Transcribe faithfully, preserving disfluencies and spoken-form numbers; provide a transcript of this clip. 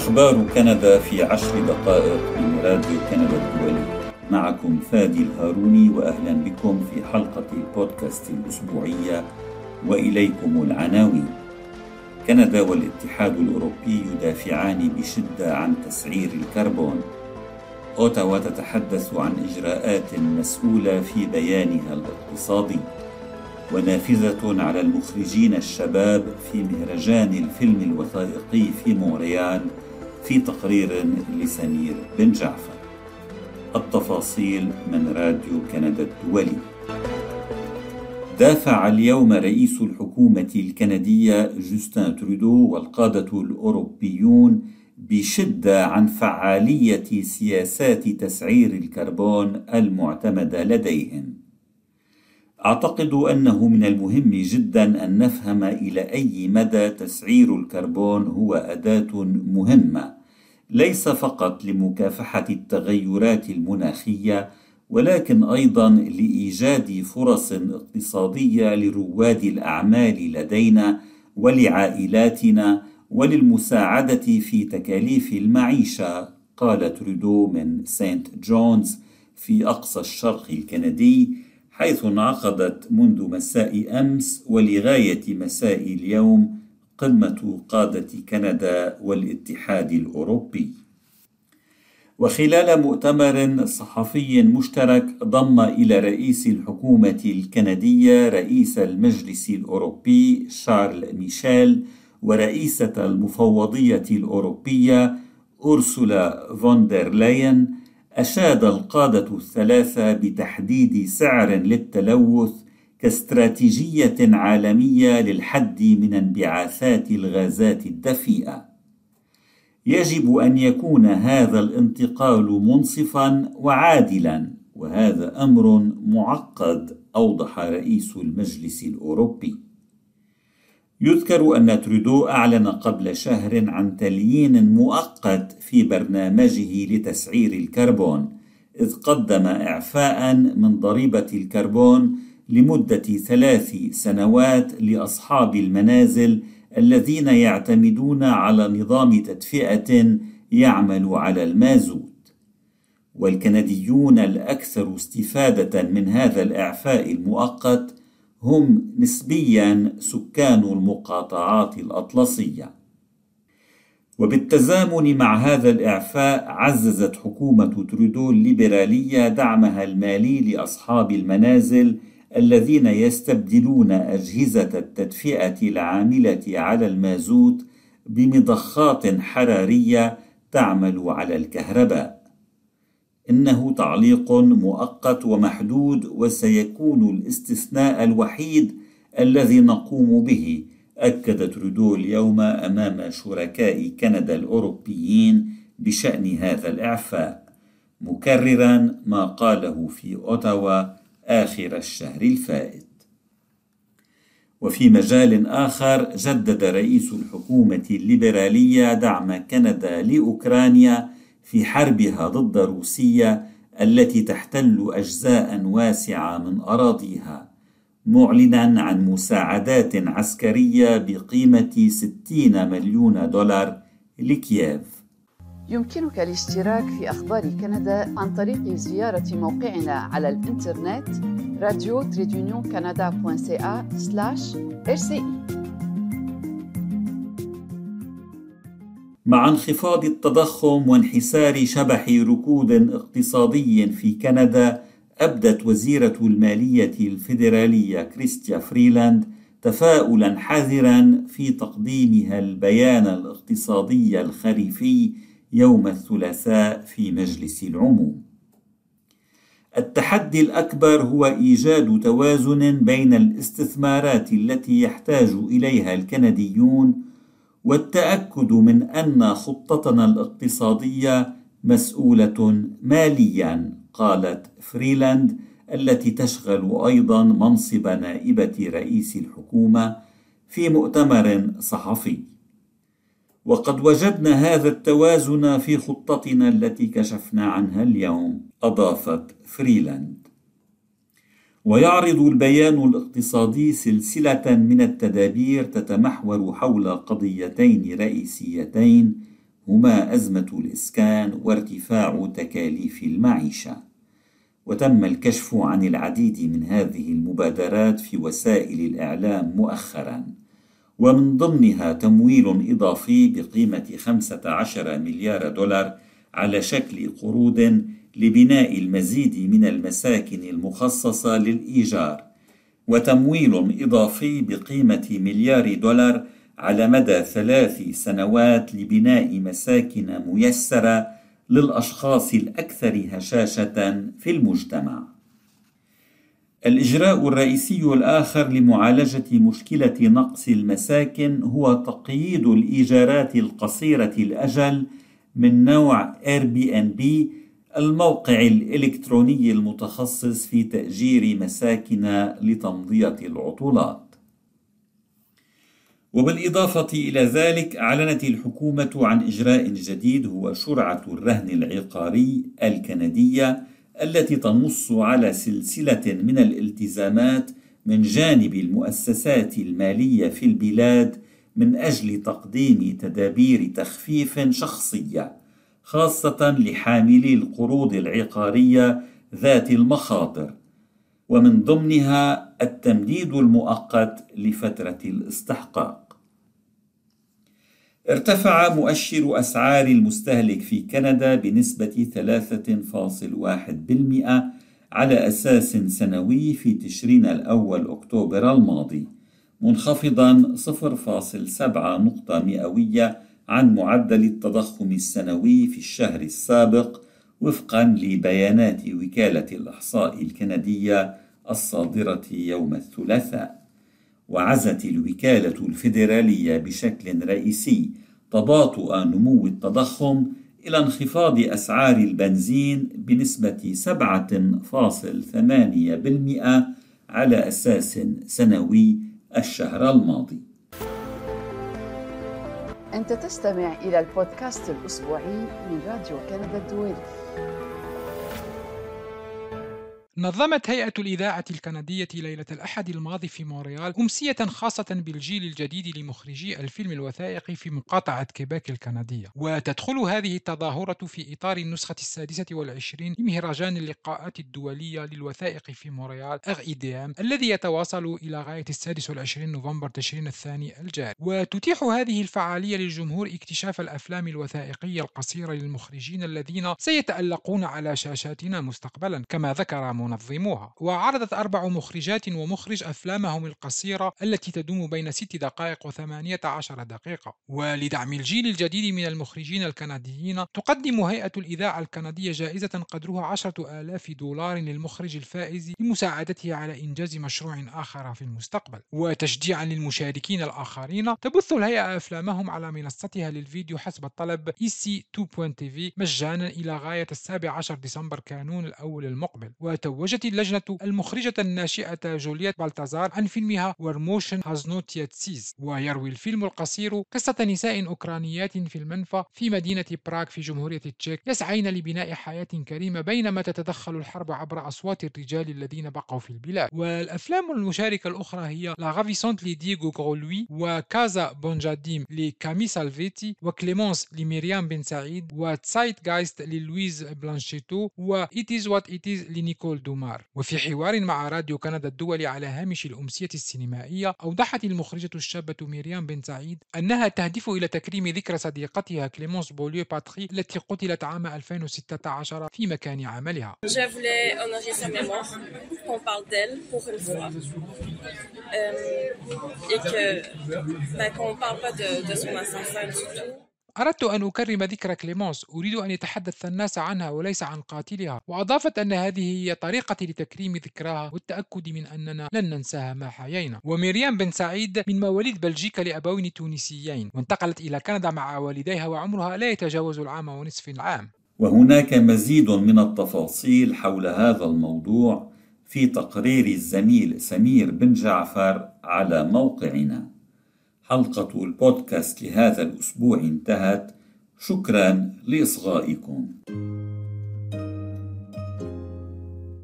أخبار كندا في عشر دقائق من راديو كندا الدولي. معكم فادي الهاروني، وأهلا بكم في حلقة البودكاست الأسبوعية، وإليكم العناوين. كندا والاتحاد الأوروبي يدافعان بشدة عن تسعير الكربون. أوتاوا تتحدث عن إجراءات مسؤولة في بيانها الاقتصادي. ونافذة على المخرجين الشباب في مهرجان الفيلم الوثائقي في مونريال في تقرير لسمير بن جعفر. التفاصيل من راديو كندا الدولي. دافع اليوم رئيس الحكومة الكندية جوستن ترودو والقادة الأوروبيون بشدة عن فعالية سياسات تسعير الكربون المعتمدة لديهم. أعتقد أنه من المهم جدا أن نفهم إلى أي مدى تسعير الكربون هو أداة مهمة، ليس فقط لمكافحة التغيرات المناخية، ولكن أيضا لإيجاد فرص اقتصادية لرواد الأعمال لدينا ولعائلاتنا وللمساعدة في تكاليف المعيشة، قال ترودو من سانت جونز في أقصى الشرق الكندي، حيث انعقدت منذ مساء أمس ولغاية مساء اليوم قمة قادة كندا والاتحاد الأوروبي. وخلال مؤتمر صحفي مشترك ضم إلى رئيس الحكومة الكندية رئيس المجلس الأوروبي شارل ميشيل ورئيسة المفوضية الأوروبية أورسولا فوندر لاين، أشاد القادة الثلاثة بتحديد سعر للتلوث كاستراتيجية عالمية للحد من انبعاثات الغازات الدفيئة. يجب أن يكون هذا الانتقال منصفا وعادلا، وهذا أمر معقد، أوضح رئيس المجلس الأوروبي. يذكر أن ترودو أعلن قبل شهر عن تليين مؤقت في برنامجه لتسعير الكربون، إذ قدم إعفاء من ضريبة الكربون لمدة ثلاث سنوات لأصحاب المنازل الذين يعتمدون على نظام تدفئة يعمل على المازوت. والكنديون الأكثر استفادة من هذا الإعفاء المؤقت هم نسبيا سكان المقاطعات الأطلسية. وبالتزامن مع هذا الإعفاء عززت حكومة ترودو الليبرالية دعمها المالي لأصحاب المنازل الذين يستبدلون أجهزة التدفئة العاملة على المازوت بمضخات حرارية تعمل على الكهرباء. إنه تعليق مؤقت ومحدود، وسيكون الاستثناء الوحيد الذي نقوم به، أكد ترودو اليوم أمام شركاء كندا الأوروبيين بشأن هذا الإعفاء، مكررا ما قاله في أوتاوا آخر الشهر الفائت. وفي مجال آخر، جدد رئيس الحكومة الليبرالية دعم كندا لأوكرانيا في حربها ضد روسيا التي تحتل أجزاء واسعة من أراضيها، معلنا عن مساعدات عسكرية بقيمة ستين مليون دولار لكييف. يمكنك الاشتراك في أخبار كندا عن طريق زيارة موقعنا على الإنترنت راديو تريدونيون كندا دوت سي إيه سلاش إر سي إي. مع انخفاض التضخم وانحسار شبح ركود اقتصادي في كندا، أبدت وزيرة المالية الفيدرالية كريستيا فريلاند تفاؤلا حذرا في تقديمها البيان الاقتصادي الخريفي يوم الثلاثاء في مجلس العموم. التحدي الأكبر هو إيجاد توازن بين الاستثمارات التي يحتاج إليها الكنديون والتأكد من أن خطتنا الاقتصادية مسؤولة ماليا، قالت فريلاند التي تشغل أيضا منصب نائبة رئيس الحكومة في مؤتمر صحفي. وقد وجدنا هذا التوازن في خطتنا التي كشفنا عنها اليوم، أضافت فريلاند. ويعرض البيان الاقتصادي سلسلة من التدابير تتمحور حول قضيتين رئيسيتين، هما أزمة الإسكان وارتفاع تكاليف المعيشة. وتم الكشف عن العديد من هذه المبادرات في وسائل الإعلام مؤخرا، ومن ضمنها تمويل إضافي بقيمة خمسة عشر مليار دولار على شكل قروض لبناء المزيد من المساكن المخصصة للإيجار، وتمويل إضافي بقيمة مليار دولار على مدى ثلاث سنوات لبناء مساكن ميسرة للأشخاص الأكثر هشاشة في المجتمع. الإجراء الرئيسي الآخر لمعالجة مشكلة نقص المساكن هو تقييد الإيجارات القصيرة الأجل من نوع Airbnb، الموقع الإلكتروني المتخصص في تأجير مساكن لتمضية العطلات. وبالإضافة إلى ذلك أعلنت الحكومة عن إجراء جديد هو شرعة الرهن العقاري الكندية، التي تنص على سلسلة من الالتزامات من جانب المؤسسات المالية في البلاد من أجل تقديم تدابير تخفيف شخصية، خاصة لحاملي القروض العقارية ذات المخاطر، ومن ضمنها التمديد المؤقت لفترة الاستحقاق. ارتفع مؤشر أسعار المستهلك في كندا بنسبة ثلاثة فاصلة واحد بالمئة على أساس سنوي في تشرين الأول أكتوبر الماضي، منخفضا صفر فاصلة سبعة نقطة مئوية عن معدل التضخم السنوي في الشهر السابق، وفقا لبيانات وكالة الإحصاء الكندية الصادرة يوم الثلاثاء. وعزت الوكالة الفيدرالية بشكل رئيسي تباطؤ نمو التضخم إلى انخفاض أسعار البنزين بنسبة سبعة فاصلة ثمانية بالمئة على أساس سنوي الشهر الماضي. أنت تستمع إلى البودكاست الأسبوعي من راديو كندا الدولي. نظمت هيئة الإذاعة الكندية ليلة الأحد الماضي في مونريال أمسية خاصة بالجيل الجديد لمخرجي الفيلم الوثائقي في مقاطعة كيباك الكندية، وتدخل هذه التظاهرة في إطار النسخة السادسة والعشرين لمهرجان اللقاءات الدولية للوثائق في مونريال أغ إي دي إم الذي يتواصل إلى غاية السادس والعشرين نوفمبر تشرين الثاني الجاري. وتتيح هذه الفعالية للجمهور اكتشاف الأفلام الوثائقية القصيرة للمخرجين الذين سيتألقون على شاشاتنا مستقبلا كما ذكر منظموها. وعرضت أربع مخرجات ومخرج أفلامهم القصيرة التي تدوم بين ست دقائق وثمانية عشر دقيقة. ولدعم الجيل الجديد من المخرجين الكنديين تقدم هيئة الإذاعة الكندية جائزة قدرها عشرة آلاف دولار للمخرج الفائز لمساعدته على إنجاز مشروع آخر في المستقبل. وتشجيعا للمشاركين الآخرين تبث الهيئة أفلامهم على منصتها للفيديو حسب الطلب إي سي اثنين تي في مجانا إلى غاية السابع عشر ديسمبر كانون الأول المقبل. وتوجت اللجنة المخرجة الناشئة جولييت بالتازار عن فيلمها ورموشن هاز نوت يت سيز. ويروي الفيلم القصير قصة نساء أوكرانيات في المنفى في مدينة براغ في جمهورية التشيك يسعين لبناء حياة كريمة بينما تتدخل الحرب عبر أصوات الرجال الذين بقوا في البلاد. والأفلام المشاركة الأخرى هي لا غافيسونت لدييغو غرولوي، وكازا بونجاديم لكامي سالفيتي، وكليمونس لميريام بن سعيد، وتسايت جايست للويز بلانشيتو، وإيتيز وات إيتيز لنيكول دومار. وفي حوار مع راديو كندا الدولي على هامش الأمسية السينمائية أوضحت المخرجة الشابة ميريام بن سعيد أنها تهدف إلى تكريم ذكرى صديقتها كليمونس بوليو باتري التي قتلت عام ألفين وستة عشر في مكان عملها. Je voulais honorer sa mémoire, qu'on parle d'elle pour une fois, euh, et que, ben, qu'on parle pas de, de son assassin du tout. أردت أن أكرم ذكرى كليمونس، أريد أن يتحدث الناس عنها وليس عن قاتلها. وأضافت أن هذه هي طريقتي لتكريم ذكراها والتأكد من أننا لن ننساها ما حيينا. وميريام بن سعيد من مواليد بلجيكا لأبوين تونسيين، وانتقلت إلى كندا مع والديها وعمرها لا يتجاوز العام ونصف العام. وهناك مزيد من التفاصيل حول هذا الموضوع في تقرير الزميل سمير بن جعفر على موقعنا. حلقة البودكاست لهذا الأسبوع انتهت. شكرا لإصغائكم.